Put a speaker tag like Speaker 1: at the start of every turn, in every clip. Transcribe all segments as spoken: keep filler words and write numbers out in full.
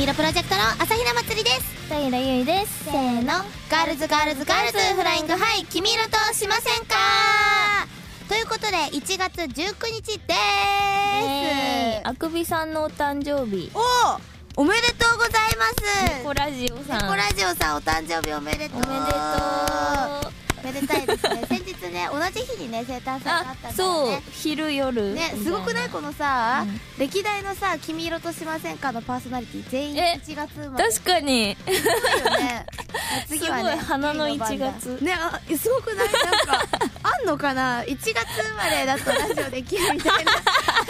Speaker 1: 色プロジェクトの朝比奈まつりです。
Speaker 2: 平ゆいです。
Speaker 1: せーの、ガールズガールズガールズフライングハイ君色としませんか。ということでいちがつじゅうくにちでーす。
Speaker 2: あくびさんのお誕生日。
Speaker 1: おー、おめでとうございます。
Speaker 2: ネコラジオさん、
Speaker 1: ネコラジオさんお誕生日おめでとう。
Speaker 2: おめでとう。
Speaker 1: めでたいですね。先日ね、同じ日にね生誕祭があったんだよね。
Speaker 2: そう、昼夜
Speaker 1: ね、すごくない？このさ、
Speaker 2: うん、
Speaker 1: 歴代のさ君色としませんかのパーソナリティ全員いちがつ生まれ。
Speaker 2: 確かに
Speaker 1: すごいよね。次はね、
Speaker 2: すごい花のいちがつね。
Speaker 1: あ、すごくない？なんかあんのかな、いちがつ生まれだとラジオできるみたいな。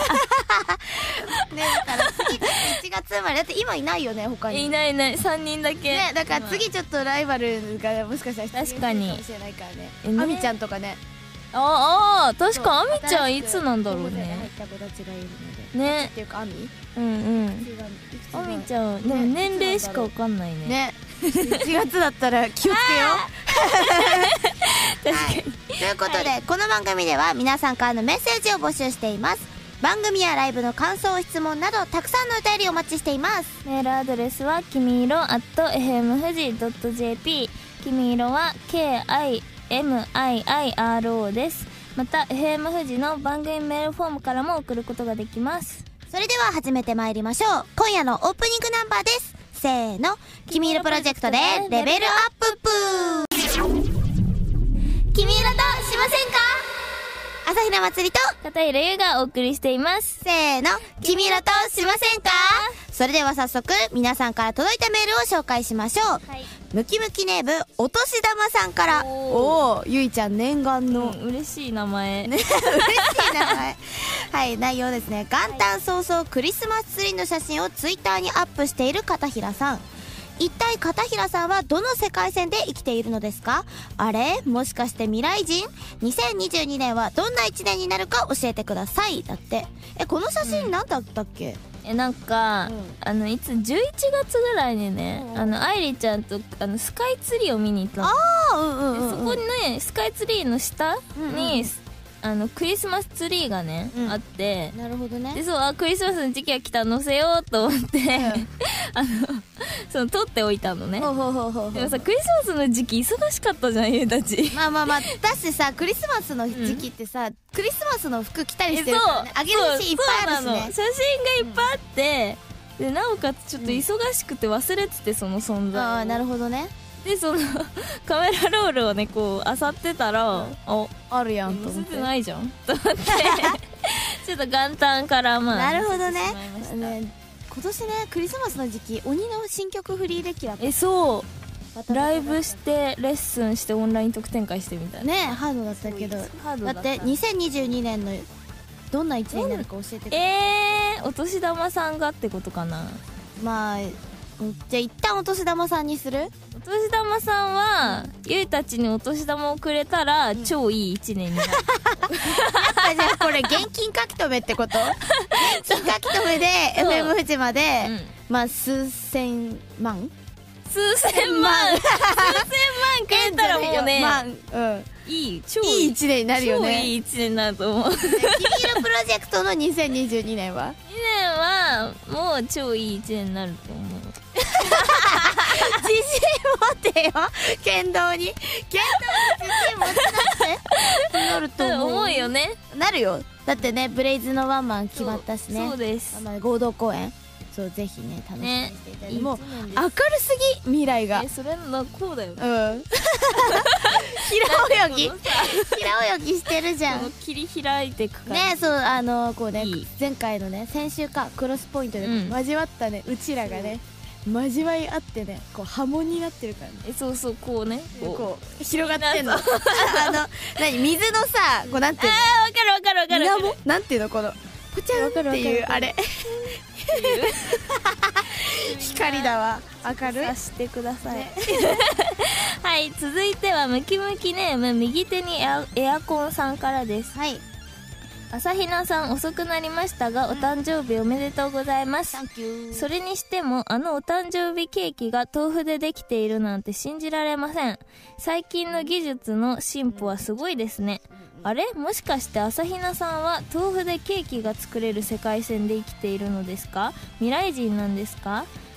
Speaker 1: ね、だから次いちがつ生まれだって今いないよね、他に。
Speaker 2: いないいない、さんにんだけ
Speaker 1: ね、だから次ちょっとライバルがもしかしたら
Speaker 2: 確かに
Speaker 1: かもしれないからね。
Speaker 2: えね、
Speaker 1: あみちゃんとかね。
Speaker 2: ああ、確かあみちゃんいつなんだろうね。
Speaker 1: 入った子たちがいるので
Speaker 2: ね。
Speaker 1: っていうかあみ？
Speaker 2: うんうん。あみちゃんでも年齢しかわかんないね。
Speaker 1: ね。いちがつだったら気をつけよう。確かに。ということでこの番組では皆さんからのメッセージを募集しています。番組やライブの感想、質問などたくさんのお便りをお待ちしています。
Speaker 2: メールアドレスはきみいろ アットエフエムフジドットジェーピー、 きみいろは ケーアイエムアイアイアールオー です。また エフエム フジの番組メールフォームからも送ることができます。
Speaker 1: それでは始めてまいりましょう。今夜のオープニングナンバーです。せーの、君色プロジェクトでレベルアッププー。君色としませんか。朝比奈まつりと
Speaker 2: 片平優がお送りしています。
Speaker 1: せーの、君色としませんか。それでは早速皆さんから届いたメールを紹介しましょう。はい、ムキムキネームお年玉さんから。おお、ゆいちゃん念願の、うん、
Speaker 2: 嬉しい名前、
Speaker 1: ね、嬉しい名前。はい、内容ですね。元旦早々クリスマスツリーの写真をツイッターにアップしている片平さん。一体片平さんはどの世界線で生きているのですか？あれ、もしかして未来人？ にせんにじゅうにねんはどんないちねんになるか教えてください。だって。え、この写真何だったっけ？
Speaker 2: うん、え、なんか、うん、あのいつじゅういちがつぐらいにね、うん、あの愛梨ちゃんとあのスカイツリーを見に行ったの。
Speaker 1: あー、うんうんうん、
Speaker 2: そこにね、スカイツリーの下に、うんうん、あのクリスマスツリーがね、うん、あって、
Speaker 1: なるほどね。
Speaker 2: で、そう、あ、クリスマスの時期が来たら載せようと思って、うん、あのその撮っておいたのね。
Speaker 1: ほうほうほうほう。
Speaker 2: でもさ、クリスマスの時期忙しかったじゃん、ゆうたち。
Speaker 1: まあまあまあ、だしさ、クリスマスの時期ってさ、うん、クリスマスの服着たりしてるからね、あげるしいっぱいあるしね。
Speaker 2: 写真がいっぱいあって、うん、でなおかつちょっと忙しくて忘れてて、その存在を。
Speaker 1: ああ、なるほどね。
Speaker 2: で、そのカメラロールをね、こう漁ってたら、うん、
Speaker 1: あ、あるやんと思って。
Speaker 2: 載せてないじゃんと思ってちょっと元旦からまあ、
Speaker 1: なるほどね。ね、今年ね、クリスマスの時期鬼の新曲フリーレキだった。
Speaker 2: え、そう、ライブしてレッスンしてオンライン特典会してみたいな
Speaker 1: ね。ハードだったけど、だってにせんにじゅうにねんのどんないちねんになるか教えてくれ。
Speaker 2: えー、お年玉さんがってことかな。
Speaker 1: まあ、じゃあ一旦お年玉さんにする。
Speaker 2: お年玉さんは、うん、ゆいたちにお年玉をくれたら、うん、超いいいちねんになる。やっ
Speaker 1: ぱじゃあこれ現金書き留めってこと？現金書き留めで エフエム フジまで、うん、まあ数千万
Speaker 2: 数千万数千万くれたらもうね、
Speaker 1: 万、うん、
Speaker 2: いい、超
Speaker 1: いいいちねんになるよね。
Speaker 2: 超いいいちねんになると思う。君
Speaker 1: 色プロジェクトのにせんにじゅうにねんは
Speaker 2: にねんはもう超いいいちねんになると思う。
Speaker 1: 自信持ってよ、剣道に剣道に自信持ちなってなると思う。
Speaker 2: 思うよね。
Speaker 1: なるよ。だってね、ブレイズのワンマン決まったしね。
Speaker 2: そうです。
Speaker 1: 合同公演、そう、ぜひね楽しみにしていただいて、ね、もう明るすぎ、未来が。
Speaker 2: え、それのこうだよね。
Speaker 1: うん。平泳ぎ平泳ぎしてるじゃん。
Speaker 2: 切り開いていくから
Speaker 1: ね。そう、あのこうね、いい前回のね、先週かクロスポイントで交わったね、うん、うちらがね交わり合ってね、こう波紋になってるからね。
Speaker 2: え、そうそう、こうね、
Speaker 1: こう広がってんの。あの何、水のさ、こうなんていうの、
Speaker 2: あー、わかるわかるわかる。
Speaker 1: 水面なんていうの、このポチャンっていうあれ光だわ。明るい。
Speaker 2: さしてください。はい、続いてはムキムキネーム右手にエア、エアコンさんからです。
Speaker 1: はい。
Speaker 2: 朝比奈さん、遅くなりましたが、お誕生日おめでとうございます。それにしても、あのお誕生日ケーキが豆腐でできているなんて信じられません。最近の技術の進歩はすごいですね。あれ、もしかして朝比奈さんは豆腐でケーキが作れる世界線で生きているのですか？未来人なんですか？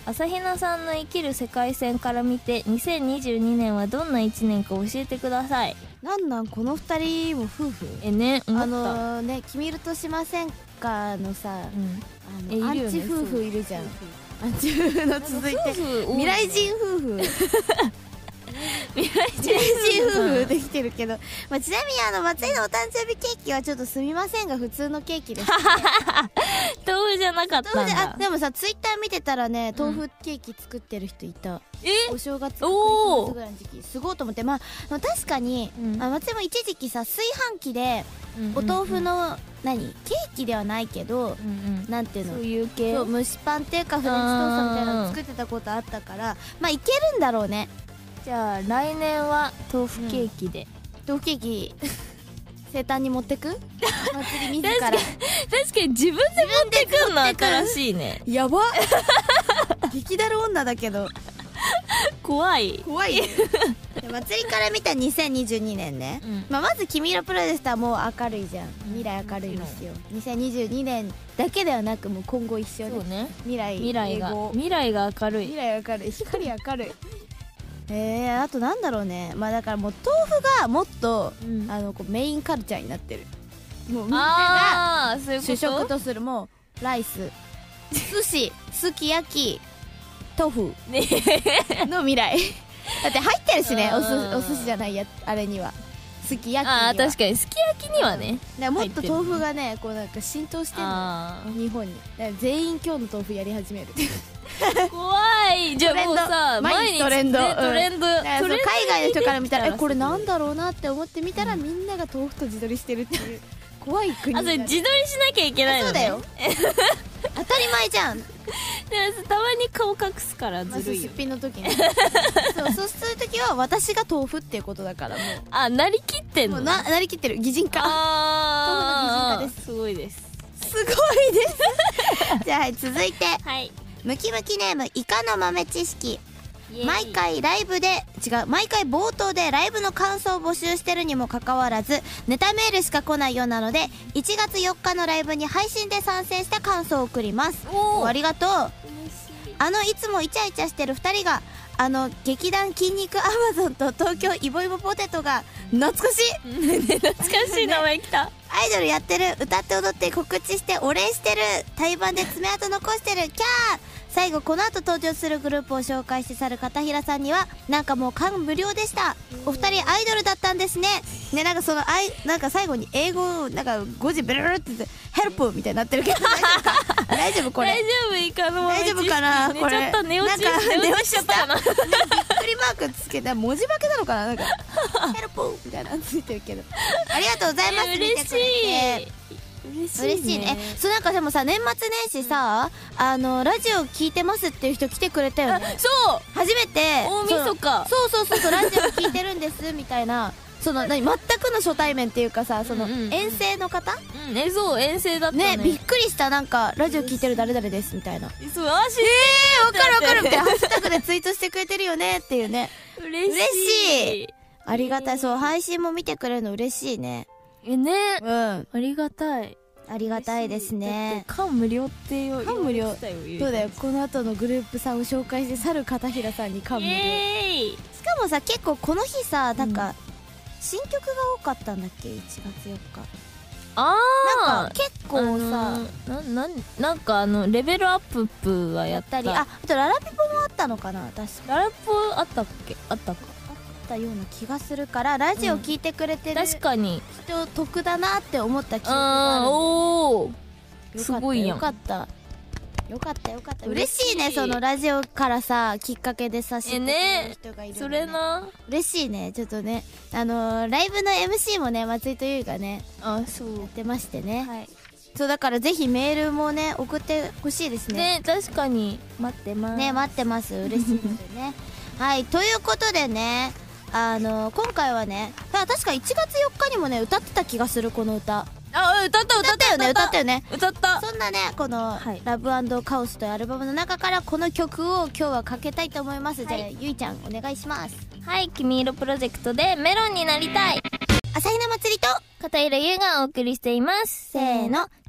Speaker 2: 朝比奈さんの生きる世界線から見てにせんにじゅうにねんはどんないちねんか教えてください。
Speaker 1: なんなんこの二人も夫婦
Speaker 2: えね思った。
Speaker 1: あのー、ね君いるとしませんかのさ、
Speaker 2: うん、
Speaker 1: あのアンチ夫婦いるじゃん。アンチ夫婦の続いて未来人夫婦
Speaker 2: 未来
Speaker 1: 人夫婦できてるけど、まあ、ちなみにあの松井のお誕生日ケーキはちょっとすみませんが普通のケーキです、ね、
Speaker 2: 豆腐じゃなかったんだ。
Speaker 1: 豆腐じゃあでもさツイッター見てたらね豆腐ケーキ作ってる人いた、うん、
Speaker 2: え
Speaker 1: お正月クリスマスぐらいの時期すごいと思って、まあ、まあ確かに、うん、あ松井も一時期さ炊飯器でお豆腐の何ケーキではないけど、うんうん、なんていうの
Speaker 2: そういう系
Speaker 1: そう蒸しパンっていうかフレンチトーストみたいなの作ってたことあったからまあいけるんだろうね。
Speaker 2: じゃあ来年は豆腐ケーキで、
Speaker 1: うん、豆腐ケーキ生誕に持ってく祭り自ら
Speaker 2: 確かに自分で持ってくんの新しいね。
Speaker 1: やば激だる女だけど
Speaker 2: 怖い
Speaker 1: 怖い祭りから見たにせんにじゅうにねんね、うんまあ、まず君色プロデュースターもう明るいじゃん。未来明るいんですよ。にせんにじゅうにねんだけではなくもう今後一生で、
Speaker 2: そうね、
Speaker 1: 未来
Speaker 2: 未来が未来が明るい
Speaker 1: 未来明るい光明るいえー、あとなんだろうね。まあだからもう豆腐がもっと、うん、あのこうメインカルチャーになってる。もうみんなが主食とするもうライス寿司すき焼き豆腐の未来だって入ってるしね。おすお寿司じゃないやあれにはすき焼きには。
Speaker 2: あ確かにすき焼きにはね、
Speaker 1: だからもっと豆腐がねこうなんか浸透してるの日本に。だから全員今日の豆腐やり始める
Speaker 2: 怖い。じゃあもうさ
Speaker 1: 毎日トレンド、
Speaker 2: ね、トレンド、うん、
Speaker 1: 海外の人から見たらえこれなんだろうなって思ってみたら、うん、みんなが豆腐と自撮りしてるっていう怖い国。
Speaker 2: あそれ自撮りしなきゃいけないのね。
Speaker 1: そうだよ当たり前じゃん。で
Speaker 2: もたまに顔隠すからずるいよ、
Speaker 1: まあ、すっぴんの時にそうそうする時は私が豆腐っていうことだからもう
Speaker 2: あなりきってんの。
Speaker 1: もうななりきってる擬人化。
Speaker 2: あ
Speaker 1: 豆腐の擬人化です。
Speaker 2: すごいです
Speaker 1: すごいですじゃあ、はい、続いて、
Speaker 2: はい、
Speaker 1: ムキムキネームイカの豆知識。毎回ライブで違う毎回冒頭でライブの感想を募集してるにもかかわらずネタメールしか来ないようなのでいちがつよっかのライブに配信で参戦した感想を送ります。おありがとう。あのいつもイチャイチャしてるふたりがあの劇団筋肉アマゾンと東京イボイボポテトが懐かしい
Speaker 2: ね懐かしい名前きた
Speaker 1: アイドルやってる歌って踊って告知してお礼してる対バンで爪痕残してるキャー。最後この後登場するグループを紹介して去る片平さんにはなんかもう感無量でした。お二人アイドルだったんですね。ねなんかそのアイなんか最後に英語なんかごじベルルって言ってヘルプみたいになってるけど大丈夫か大丈夫これ
Speaker 2: 大丈夫イカの
Speaker 1: 大丈夫かなこれ
Speaker 2: 寝ちゃった寝落ち
Speaker 1: 寝落ち
Speaker 2: しちゃったかなびっ
Speaker 1: くりマークつけた文字化けなのかななんかヘルプみたいなのついてるけどありがとうございます。
Speaker 2: えー、嬉しい
Speaker 1: 嬉しい ね, 嬉しいね。そうなんかでもさ年末年始さ、うん、あのラジオ聞いてますっていう人来てくれたよね。
Speaker 2: そう
Speaker 1: 初めて
Speaker 2: 大晦日
Speaker 1: そうそうそうそうラジオ聞いてるんですみたいなその何全くの初対面っていうかさその、うんうんうん、遠征の方、
Speaker 2: うん、えそう遠征だったね。
Speaker 1: ねびっくりしたなんかラジオ聞いてる誰々ですみたいな。
Speaker 2: そうあし
Speaker 1: えーわかるわかるみたいなハッシュタグでツイートしてくれてるよねっていうね。
Speaker 2: 嬉しい
Speaker 1: 嬉しいありがたい。そう配信も見てくれるの嬉しいね。
Speaker 2: えね
Speaker 1: うんあ
Speaker 2: りがたい
Speaker 1: ありがたいですね。
Speaker 2: 感無量っていう
Speaker 1: 感無量そうだよ。この後のグループさんを紹介して去る片平さんに感無量。しかもさ結構この日さなんか、うん、新曲が多かったんだっけいちがつよっか。
Speaker 2: あ
Speaker 1: あなんか結構さ、あの
Speaker 2: ー、な, な, なんかあのレベルアップップはやった
Speaker 1: やったりああとララピポもあったのかな。確か
Speaker 2: ララピポあったっけあったか
Speaker 1: ような気がするからラジオ聞いてくれてる、
Speaker 2: うん、確かに
Speaker 1: 人得だなって思った記憶がある。
Speaker 2: おおすごいやん。
Speaker 1: よかったよかったよかった嬉しいね。そのラジオからさきっかけでさ知ってくれる人がいる、ね、
Speaker 2: それな
Speaker 1: 嬉しいね。ちょっとねあのー、ライブの エムシー もね松井とゆいがね
Speaker 2: あそう
Speaker 1: やってましてね、
Speaker 2: はい、
Speaker 1: そうだからぜひメールもね送ってほしいですね。
Speaker 2: ね確かに待ってます
Speaker 1: ね待ってます嬉しいですねはいということでねあの今回はね確かいちがつよっかにもね歌ってた気がするこの歌。
Speaker 2: あ歌った歌った
Speaker 1: よね歌ったよね
Speaker 2: 歌った
Speaker 1: そんなねこの、はい、ラブ&カオスというアルバムの中からこの曲を今日はかけたいと思います、はい、じゃあゆいちゃんお願いします。
Speaker 2: はい君色プロジェクトでメロンになりたい。
Speaker 1: 朝日奈祭りと
Speaker 2: 片平優がお送りしています。
Speaker 1: せーの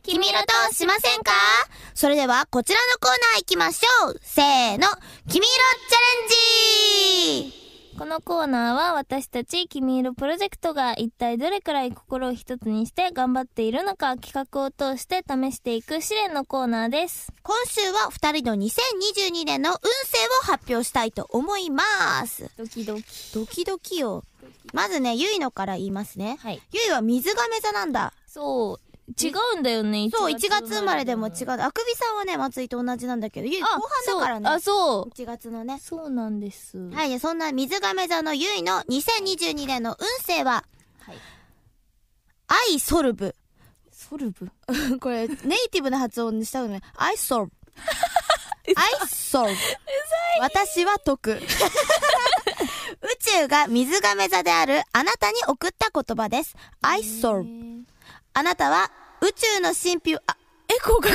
Speaker 1: 君色としませんか？それではこちらのコーナー行きましょう。せーの、君色チャレンジ。
Speaker 2: このコーナーは私たち君色プロジェクトが一体どれくらい心を一つにして頑張っているのか企画を通して試していく試練のコーナーです。
Speaker 1: 今週はふたりのにせんにじゅうにねんの運勢を発表したいと思います。
Speaker 2: ドキドキ。
Speaker 1: ドキドキよ。まずね、ゆいのから言いますね。
Speaker 2: はい。
Speaker 1: ゆいは水亀座なんだ。
Speaker 2: そう。違うんだよね。
Speaker 1: そう、いちがつ生まれでも違う。あくびさんはね、松井と同じなんだけど、ゆい後半だからね。
Speaker 2: あ、そう。
Speaker 1: いちがつのね。
Speaker 2: そうなんです。
Speaker 1: はい、そんな水亀座のゆいのにせんにじゅうにねんの運勢は、
Speaker 2: はい。
Speaker 1: アイソルブ。
Speaker 2: ソルブ
Speaker 1: これ、ネイティブな発音にしたのね。アイソルブ。アイソルブ。私は解く。宇宙が水亀座であるあなたに送った言葉です。アイソルブ。あなたは宇宙の神秘を、あ、エコーかかった。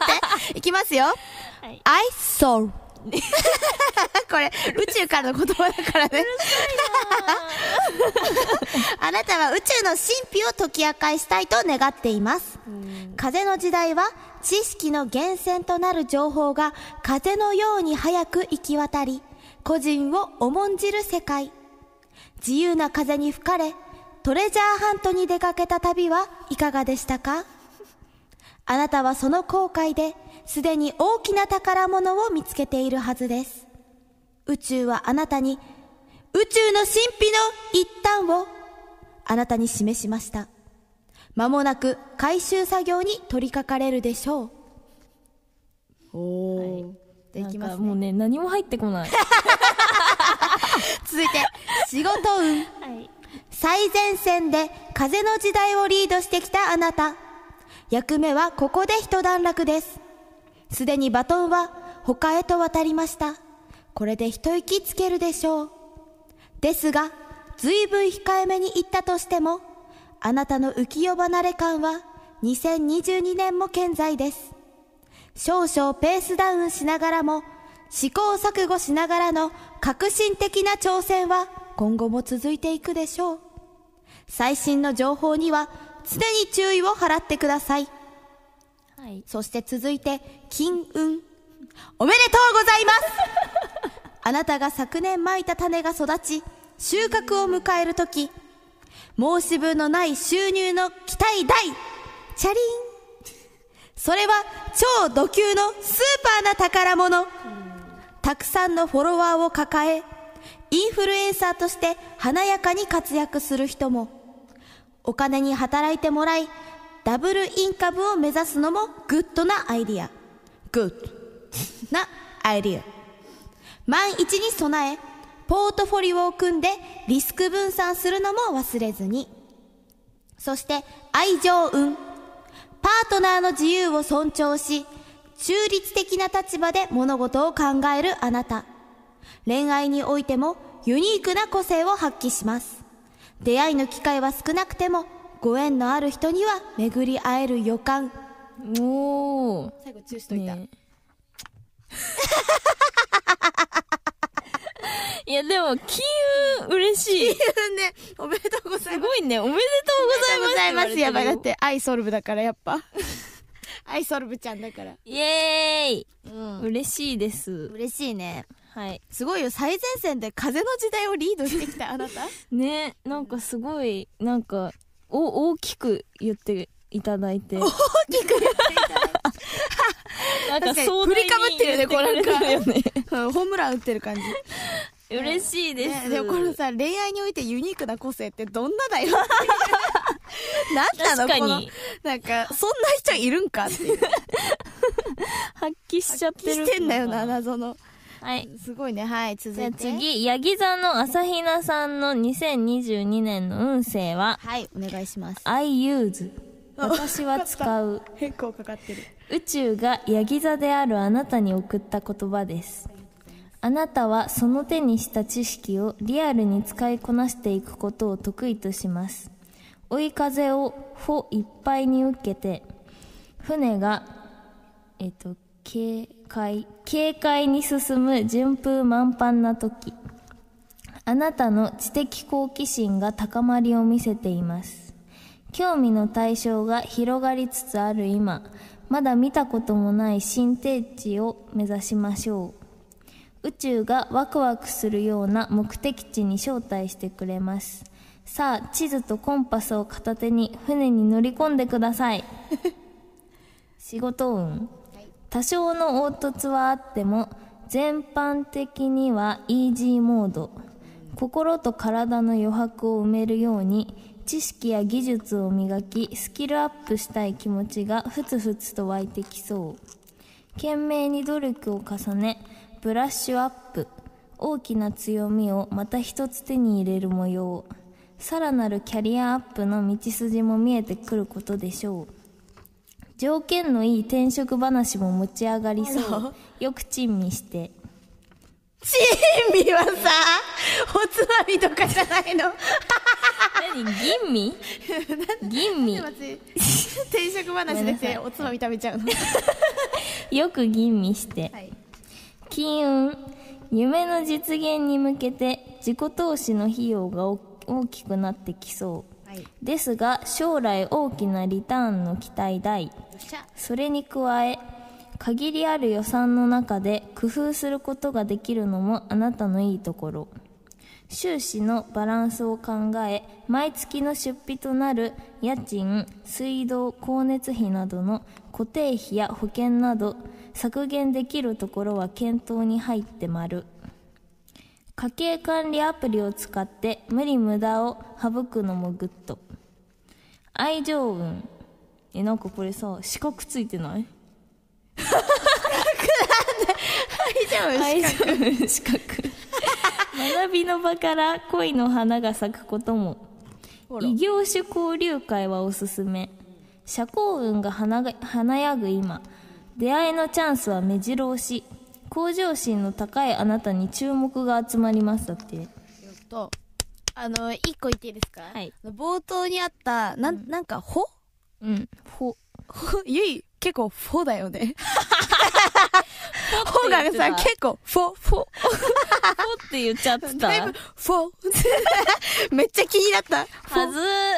Speaker 1: 待って、いきますよ。はい、I saw これ、宇宙からの言葉だからね。あなたは宇宙の神秘を解き明かしたいと願っています。風の時代は知識の源泉となる情報が風のように早く行き渡り、個人を重んじる世界。自由な風に吹かれ、トレジャーハントに出かけた旅はいかがでしたか？あなたはその航海ですでに大きな宝物を見つけているはずです。宇宙はあなたに宇宙の神秘の一端をあなたに示しました。間もなく回収作業に取り掛かれるでしょう。おー、はい、でいきますね。
Speaker 2: なんかもうね、何も入ってこない。
Speaker 1: 続いて仕事運、はい、最前線で風の時代をリードしてきたあなた。役目はここで一段落です。すでにバトンは他へと渡りました。これで一息つけるでしょう。ですが、ずいぶん控えめに言ったとしても、あなたの浮世離れ感はにせんにじゅうにねんも健在です。少々ペースダウンしながらも、試行錯誤しながらの革新的な挑戦は今後も続いていくでしょう。最新の情報には常に注意を払ってください。はい。そして続いて金運。おめでとうございます。あなたが昨年まいた種が育ち収穫を迎えるとき、申し分のない収入の期待大チャリン。それは超ド級のスーパーな宝物。たくさんのフォロワーを抱え、インフルエンサーとして華やかに活躍する人も、お金に働いてもらいダブルインカムを目指すのもグッドなアイディア。グッドなアイディア。万一に備えポートフォリオを組んでリスク分散するのも忘れずに。そして愛情運。パートナーの自由を尊重し中立的な立場で物事を考えるあなた。恋愛においてもユニークな個性を発揮します。出会いの機会は少なくてもご縁のある人には巡り会える予感。
Speaker 2: おー、
Speaker 1: 最後チューしといた、ね、
Speaker 2: いやでも金運嬉しい。
Speaker 1: 金運ね、おめでとうございます。
Speaker 2: すごいね、おめでとうございます。
Speaker 1: やばい、だってアイソルブだからやっぱアイソルブちゃんだから。
Speaker 2: イエーイ、
Speaker 1: うん、
Speaker 2: 嬉しいです。
Speaker 1: 嬉しいね。
Speaker 2: はい、
Speaker 1: すごいよ。最前線で風の時代をリードしてきたあなた
Speaker 2: ね、なんかすごいなんかお大きく言っていただいて、
Speaker 1: 大きく言っていただいてなんか壮大に振りかぶってるね、こうなんか、ねうん、ホームラン打ってる感じ。
Speaker 2: 嬉しいです、
Speaker 1: ね、でもこのさ、恋愛においてユニークな個性ってどんなだよなんなの、このなんかそんな人いるんかっていう
Speaker 2: 発揮しちゃってる、
Speaker 1: 発揮してんだよな、謎の。
Speaker 2: はい、
Speaker 1: すごいね。はい、続いて
Speaker 2: 次、ヤギ座の朝比奈さんのにせんにじゅうにねんの運勢は、
Speaker 1: はい、お願いします。
Speaker 2: I use 私は使う。
Speaker 1: 結構かかってる。
Speaker 2: 宇宙がヤギ座であるあなたに送った言葉です。あなたはその手にした知識をリアルに使いこなしていくことを得意とします。追い風を帆いっぱいに受けて、船がえっと軽快軽快に進む順風満帆な時、あなたの知的好奇心が高まりを見せています。 興味の対象が広がりつつある今、まだ見たこともない新天地を目指しましょう。宇宙がワクワクするような目的地に招待してくれます。さあ、地図とコンパスを片手に船に乗り込んでください。仕事運。多少の凹凸はあっても、全般的にはイージーモード。心と体の余白を埋めるように、知識や技術を磨き、スキルアップしたい気持ちがふつふつと湧いてきそう。懸命に努力を重ね、ブラッシュアップ。大きな強みをまた一つ手に入れる模様。さらなるキャリアアップの道筋も見えてくることでしょう。条件のいい転職話も持ち上がりそう。よく珍味して。
Speaker 1: 珍味はさ、おつまみとかじゃないの？
Speaker 2: 何？吟味？吟味。
Speaker 1: 転職話でておつまみ食べちゃうの。
Speaker 2: よく吟味して。はい、金運。夢の実現に向けて自己投資の費用が大きくなってきそう。はい、ですが将来大きなリターンの期待大。それに加え限りある予算の中で工夫することができるのもあなたのいいところ。収支のバランスを考え、毎月の出費となる家賃、水道、光熱費などの固定費や保険など削減できるところは検討に入って丸。家計管理アプリを使って無理無駄を省くのもグッド。愛情運。え、なんかこれさ、四角ついてない？愛情運四角。学びの場から恋の花が咲くことも。異業種交流会はおすすめ。社交運が華が華やぐ今、出会いのチャンスは目白押し。向上心の高いあなたに注目が集まります。だって。
Speaker 1: と、あの、一個言っていいですか？
Speaker 2: はい。
Speaker 1: 冒頭にあった、なん、なんか、ほ？
Speaker 2: うん。ほ。
Speaker 1: ほ、ゆい、結構、フォだよね。ほがさ、結構、フォ、フォ。フォ
Speaker 2: って言っちゃってた。
Speaker 1: だいぶ、フォ。めっちゃ気になった。
Speaker 2: はずー。はずー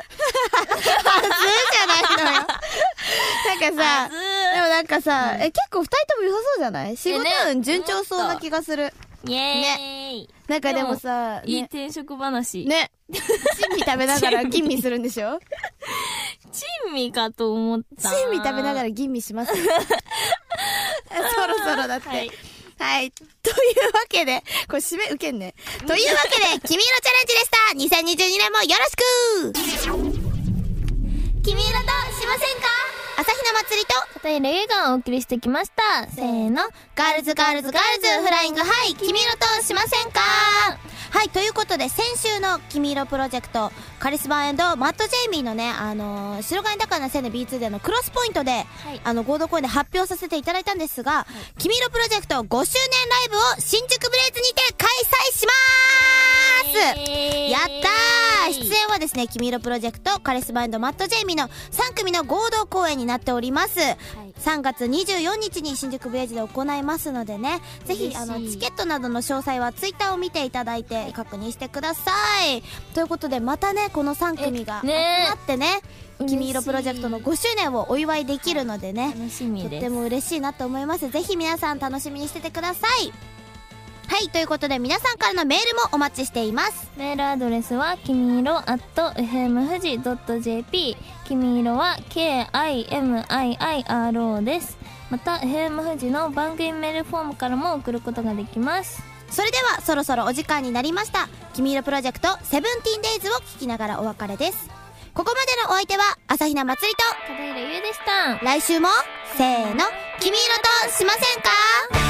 Speaker 1: じゃないのよ。なんかさ、でもなんかさ、うん、え、結構二人とも良さそうじゃない？仕事運順調そうな気がする。
Speaker 2: イエーイ、ね、
Speaker 1: なんかでもさ、
Speaker 2: ね、いい転職話。
Speaker 1: ね。珍味食べながら吟味するんでしょ？
Speaker 2: 珍味かと思った。
Speaker 1: 珍味食べながら吟味します。そろそろだって。はい。はい。というわけで、これ締め受けんね。というわけで、君色チャレンジでした。にせんにじゅうにねんもよろしく。君色としませんか？朝日奈まつりと
Speaker 2: 片平優がお送りしてきました。せーの。
Speaker 1: ガールズガールズガールズフライングハイ、君色としませんか？はい、ということで先週の君色プロジェクトカリスマ&マット・ジェイミーのね、あのー、白金高菜せんの ビーツー でのクロスポイントで、はい、あの合同公演で発表させていただいたんですが、はい、君色プロジェクトごしゅうねんライブを新宿ブレイズにて開催しまーす、えー、やったー。出演はですね、君色プロジェクトカリスマ&マット・ジェイミーのさん組の合同公演になっております、はい、さんがつにじゅうよっかに新宿ブレイズで行いますのでね、ぜひあのチケットなどの詳細はツイッターを見ていただいて確認してください。ということでまたね、このさん組が集まってね、君色プロジェクトのごしゅうねんをお祝いできるのでね、
Speaker 2: 楽しみです。
Speaker 1: とっても嬉しいなと思います。ぜひ皆さん楽しみにしててください。はい、ということで皆さんからのメールもお待ちしています。
Speaker 2: メールアドレスはきみいろ アット エフエム フジ ドット ジェーピー、 きみいろは ケーアイエムアイアイアールオー です。また エフエム フジの番組メールフォームからも送ることができます。
Speaker 1: それではそろそろお時間になりました。君色プロジェクトセブンティーンデイズを聞きながらお別れです。ここまでのお相手は朝比奈まつりと
Speaker 2: 片平優でした。
Speaker 1: 来週もせーの、君色としませんか？